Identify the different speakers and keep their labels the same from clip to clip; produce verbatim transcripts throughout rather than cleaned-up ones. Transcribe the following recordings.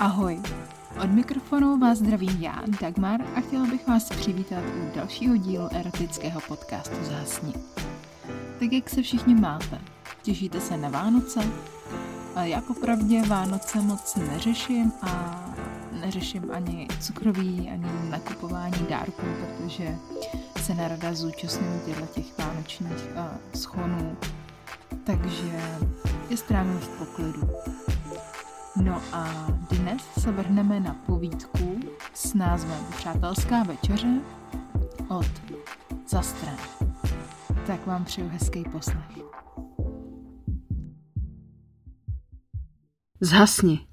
Speaker 1: Ahoj, od mikrofonu vás zdravím já, Dagmar, a chtěla bych vás přivítat u dalšího dílu erotického podcastu Zhasni. Tak jak se všichni máte? Těšíte se na Vánoce? Ale já popravdě Vánoce moc neřeším a neřeším ani cukroví, ani nakupování dárků, protože se nerada zúčastňuji těchto těch vánočních uh, schonů, takže je strávím v poklidu. No a dnes se vrhneme na povídku s názvem Přátelská večeře od Zastran. Tak vám přeju hezký poslech. Zhasni.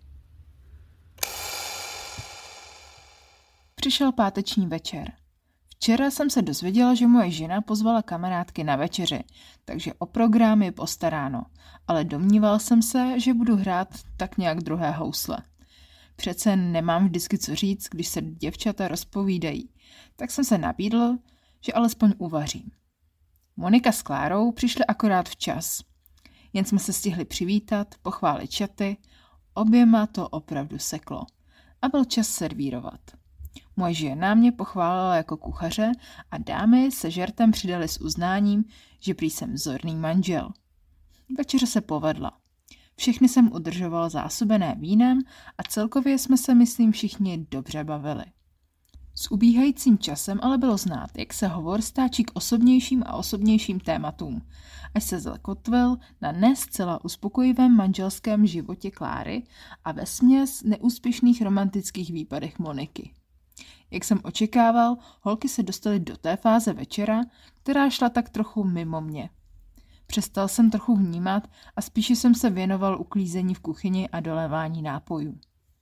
Speaker 1: Přišel páteční večer. Včera jsem se dozvěděla, že moje žena pozvala kamarádky na večeři, takže o program je postaráno, ale domníval jsem se, že budu hrát tak nějak druhé housle. Přece nemám vždycky co říct, když se děvčata rozpovídají, tak jsem se nabídl, že alespoň uvařím. Monika s Klárou přišly akorát včas. Jen jsme se stihli přivítat, pochválit šaty, oběma to opravdu seklo a byl čas servírovat. Moje žena mě pochválila jako kuchaře a dámy se žertem přidali s uznáním, že prý jsem vzorný manžel. Večeře se povedla. Všechny jsem udržoval zásobené vínem a celkově jsme se, myslím, všichni dobře bavili. S ubíhajícím časem ale bylo znát, jak se hovor stáčí k osobnějším a osobnějším tématům, až se zakotvil na ne zcela uspokojivém manželském životě Kláry a vesměs neúspěšných romantických výpadech Moniky. Jak jsem očekával, holky se dostaly do té fáze večera, která šla tak trochu mimo mě. Přestal jsem trochu vnímat a spíše jsem se věnoval uklízení v kuchyni a dolévání nápojů.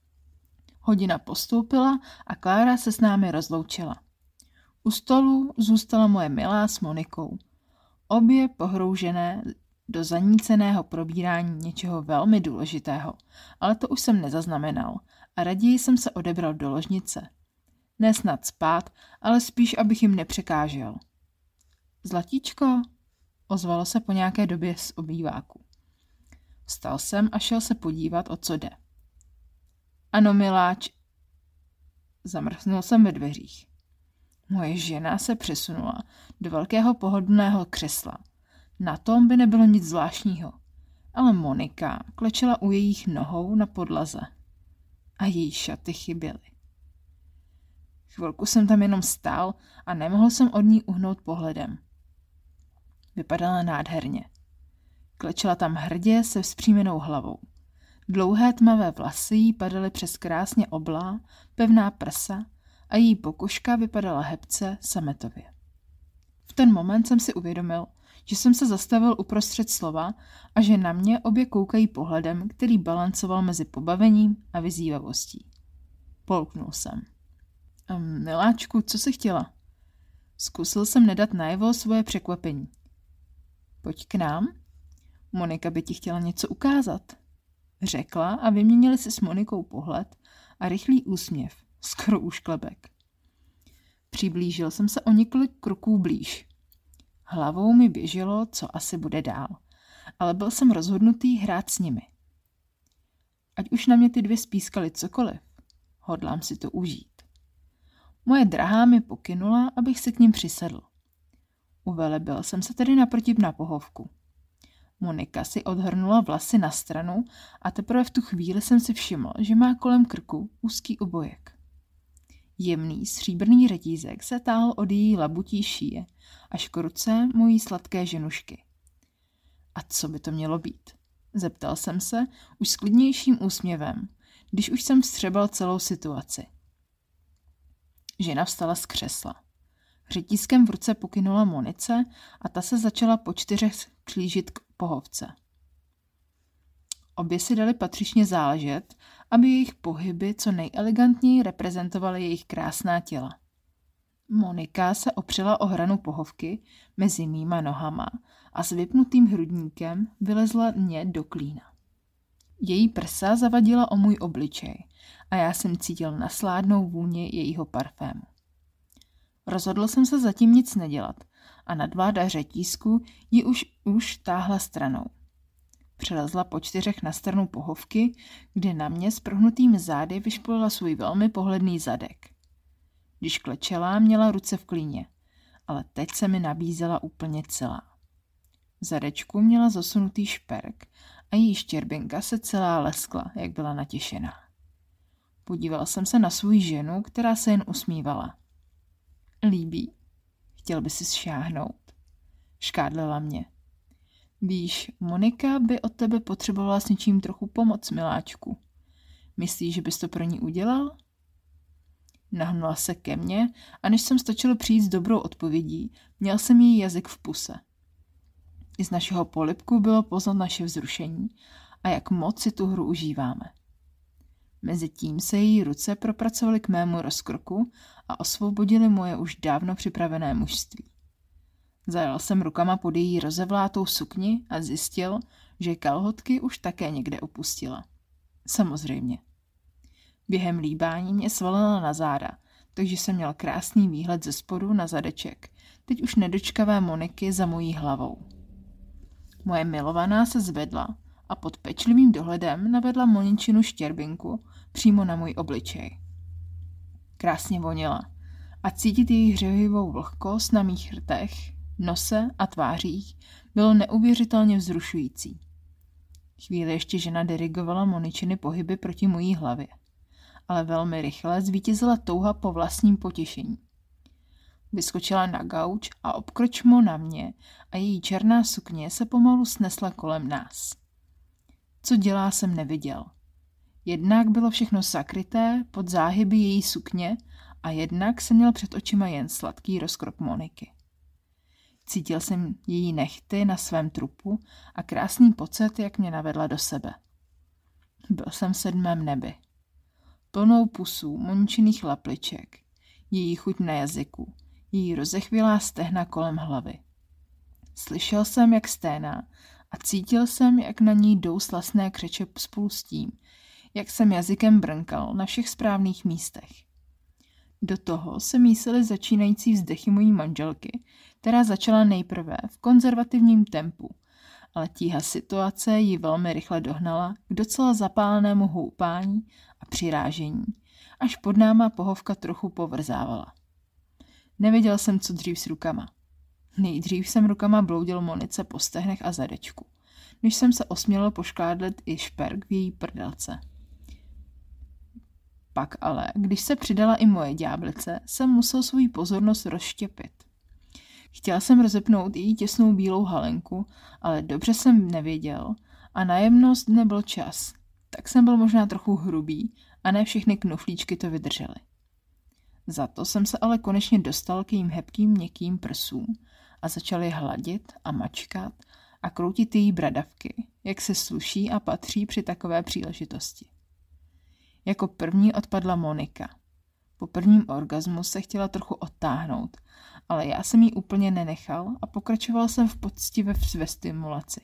Speaker 1: Hodina postoupila a Klára se s námi rozloučila. U stolu zůstala moje milá s Monikou. Obě pohroužené do zaníceného probírání něčeho velmi důležitého, ale to už jsem nezaznamenal a raději jsem se odebral do ložnice. Ne snad spát, ale spíš, abych jim nepřekážel. Zlatíčko, ozvalo se po nějaké době z obýváku. Vstal jsem a šel se podívat, o co jde. Ano, miláč, zamrznul jsem ve dveřích. Moje žena se přesunula do velkého pohodlného křesla. Na tom by nebylo nic zvláštního, ale Monika klečela u jejich nohou na podlaze a její šaty chyběly. Chvilku jsem tam jenom stál a nemohl jsem od ní uhnout pohledem. Vypadala nádherně. Klečela tam hrdě se vzpřímenou hlavou. Dlouhé tmavé vlasy jí padaly přes krásně oblá, pevná prsa a její pokožka vypadala hebce sametově. V ten moment jsem si uvědomil, že jsem se zastavil uprostřed slova a že na mě obě koukají pohledem, který balancoval mezi pobavením a vyzývavostí. Polknul jsem. Miláčku, co jsi chtěla? Zkusil jsem nedat najevo svoje překvapení. Pojď k nám. Monika by ti chtěla něco ukázat. Řekla a vyměnili si s Monikou pohled a rychlý úsměv, skoro úšklebek. Přiblížil jsem se o několik kroků blíž. Hlavou mi běželo, co asi bude dál, ale byl jsem rozhodnutý hrát s nimi. Ať už na mě ty dvě spískaly cokoliv, hodlám si to užít. Moje drahá mi pokynula, abych se k ním přisedl. Uvelebil jsem se tedy naproti na pohovku. Monika si odhrnula vlasy na stranu a teprve v tu chvíli jsem si všiml, že má kolem krku úzký obojek. Jemný stříbrný řetízek se táhl od její labutí šíje až k ruce mojí sladké ženušky. A co by to mělo být? Zeptal jsem se už s klidnějším úsměvem, když už jsem vstřebal celou situaci. Žena vstala z křesla. Řetízkem v ruce pokynula Monice a ta se začala po čtyřech klížit k pohovce. Obě si dali patřičně záležet, aby jejich pohyby co nejelegantněji reprezentovaly jejich krásná těla. Monika se opřela o hranu pohovky mezi mýma nohama a s vypnutým hrudníkem vylezla mě do klína. Její prsa zavadila o můj obličej a já jsem cítil nasládnou vůni jejího parfému. Rozhodl jsem se zatím nic nedělat a nadvláda řetízku ji už už táhla stranou. přelezla po čtyřech na stranu pohovky, kde na mě s prohnutými zády vyšpolila svůj velmi pohledný zadek. Když klečela, měla ruce v klíně, ale teď se mi nabízela úplně celá. V zadečku měla zasunutý šperk a její štěrbinka se celá leskla, jak byla natěšená. Podíval jsem se na svou ženu, která se jen usmívala. Líbí? Chtěl by si šáhnout? Škádlila mě. Víš, Monika by od tebe potřebovala s něčím trochu pomoc, miláčku. Myslíš, že bys to pro ní udělal? Nahnula se ke mně a než jsem stačil přijít s dobrou odpovědí, měl jsem její jazyk v puse. I z našeho polibku bylo poznat naše vzrušení a jak moc si tu hru užíváme. Mezitím se její ruce propracovaly k mému rozkroku a osvobodily moje už dávno připravené mužství. Zajel jsem rukama pod její rozevlátou sukni a zjistil, že kalhotky už také někde opustila. Samozřejmě. Během líbání mě svalila na záda, takže jsem měl krásný výhled ze spodu na zadeček, teď už nedočkavé Moniky za mojí hlavou. Moje milovaná se zvedla a pod pečlivým dohledem navedla Moničinu štěrbinku přímo na můj obličej. Krásně voněla a cítit její hřejivou vlhkost na mých rtech, nose a tvářích bylo neuvěřitelně vzrušující. Chvíli ještě žena dirigovala Moničiny pohyby proti mojí hlavě, ale velmi rychle zvítězila touha po vlastním potěšení. Vyskočila na gauč a obkročmo na mě a její černá sukně se pomalu snesla kolem nás. Co dělá, jsem neviděl. Jednak bylo všechno sakryté pod záhyby její sukně a jednak jsem měl před očima jen sladký rozkrok Moniky. Cítil jsem její nehty na svém trupu a krásný pocit, jak mě navedla do sebe. Byl jsem v sedmém nebi. Plnou pusů Moničiných lapliček, její chuť na jazyku, její rozechvělá stehna kolem hlavy. Slyšel jsem, jak sténá a cítil jsem, jak na ní jdou slasné křeče spolu s tím, jak jsem jazykem brnkal na všech správných místech. Do toho se mísily začínající vzdechy mojí manželky, která začala nejprve v konzervativním tempu, ale tíha situace ji velmi rychle dohnala k docela zapálenému houpání a přirážení, až pod náma pohovka trochu povrzávala. Nevěděl jsem, co dřív s rukama. Nejdřív jsem rukama bloudil Monice po stehnech a zadečku, než jsem se osmělil poškádlet i šperk v její prdelce. Pak ale, když se přidala i moje ďáblice, jsem musel svou pozornost rozštěpit. Chtěl jsem rozepnout její těsnou bílou halenku, ale dobře jsem nevěděl a na jemnost nebyl čas, tak jsem byl možná trochu hrubý a ne všechny knuflíčky to vydržely. Za to jsem se ale konečně dostal k jejím hebkým měkkým prsům a začal je hladit a mačkat a kroutit její bradavky, jak se sluší a patří při takové příležitosti. Jako první odpadla Monika. Po prvním orgazmu se chtěla trochu odtáhnout, ale já jsem ji úplně nenechal a pokračoval jsem v poctivě ve stimulaci.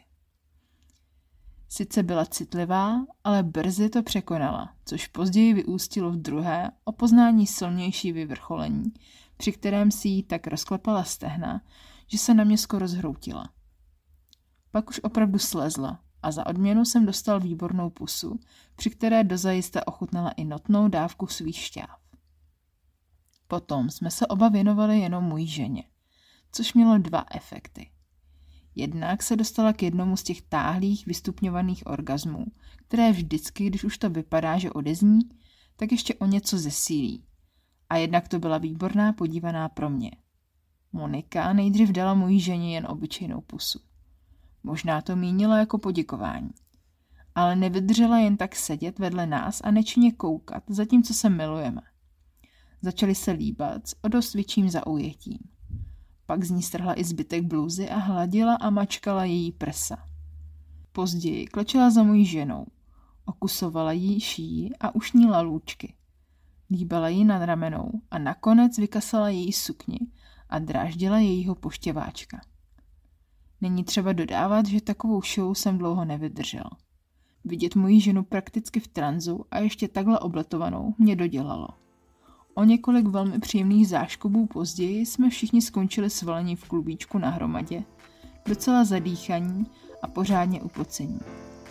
Speaker 1: Sice byla citlivá, ale brzy to překonala, což později vyústilo v druhé, o poznání silnější vyvrcholení, při kterém si jí tak rozklepala stehna, že se na mě skoro zhroutila. Pak už opravdu slezla a za odměnu jsem dostal výbornou pusu, při které dozajista ochutnala i notnou dávku svých šťáv. Potom jsme se oba věnovali jenom mojí ženě, což mělo dva efekty. Jednak se dostala k jednomu z těch táhlých, vystupňovaných orgazmů, které vždycky, když už to vypadá, že odezní, tak ještě o něco zesílí. A jednak to byla výborná podívaná pro mě. Monika nejdřív dala mojí ženě jen obyčejnou pusu. Možná to mínila jako poděkování. Ale nevydržela jen tak sedět vedle nás a nečinně koukat, zatímco se milujeme. Začali se líbat s o dost větším zaujetím. Pak z ní strhla i zbytek blůzy a hladila a mačkala její prsa. Později klečela za mojí ženou. Okusovala jí šíji a ušnila lůčky. Líbala jí nad ramenou a nakonec vykasala její sukni a dráždila jejího poštěváčka. Není třeba dodávat, že takovou show jsem dlouho nevydržel. Vidět moji ženu prakticky v tranzu a ještě takhle obletovanou mě dodělalo. O několik velmi příjemných záškobů později jsme všichni skončili svalení v klubíčku na hromadě, docela zadýchaní a pořádně upocení.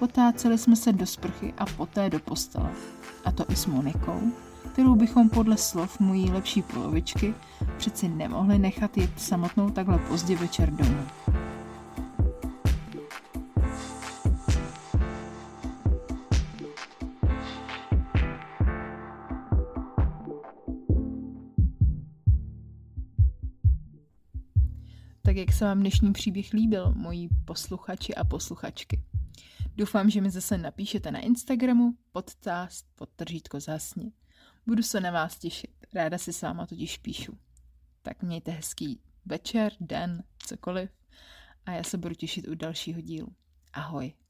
Speaker 1: potáceli jsme se do sprchy a poté do postele. A to i s Monikou, kterou bychom podle slov mojí lepší polovičky přeci nemohli nechat jít samotnou takhle pozdě večer domů. Tak jak se vám dnešní příběh líbil, moji posluchači a posluchačky. Doufám, že mi zase napíšete na Instagramu podcast podtržítko zasni. Budu se na vás těšit, ráda si s váma totiž píšu. Tak mějte hezký večer, den, cokoliv a já se budu těšit u dalšího dílu. Ahoj.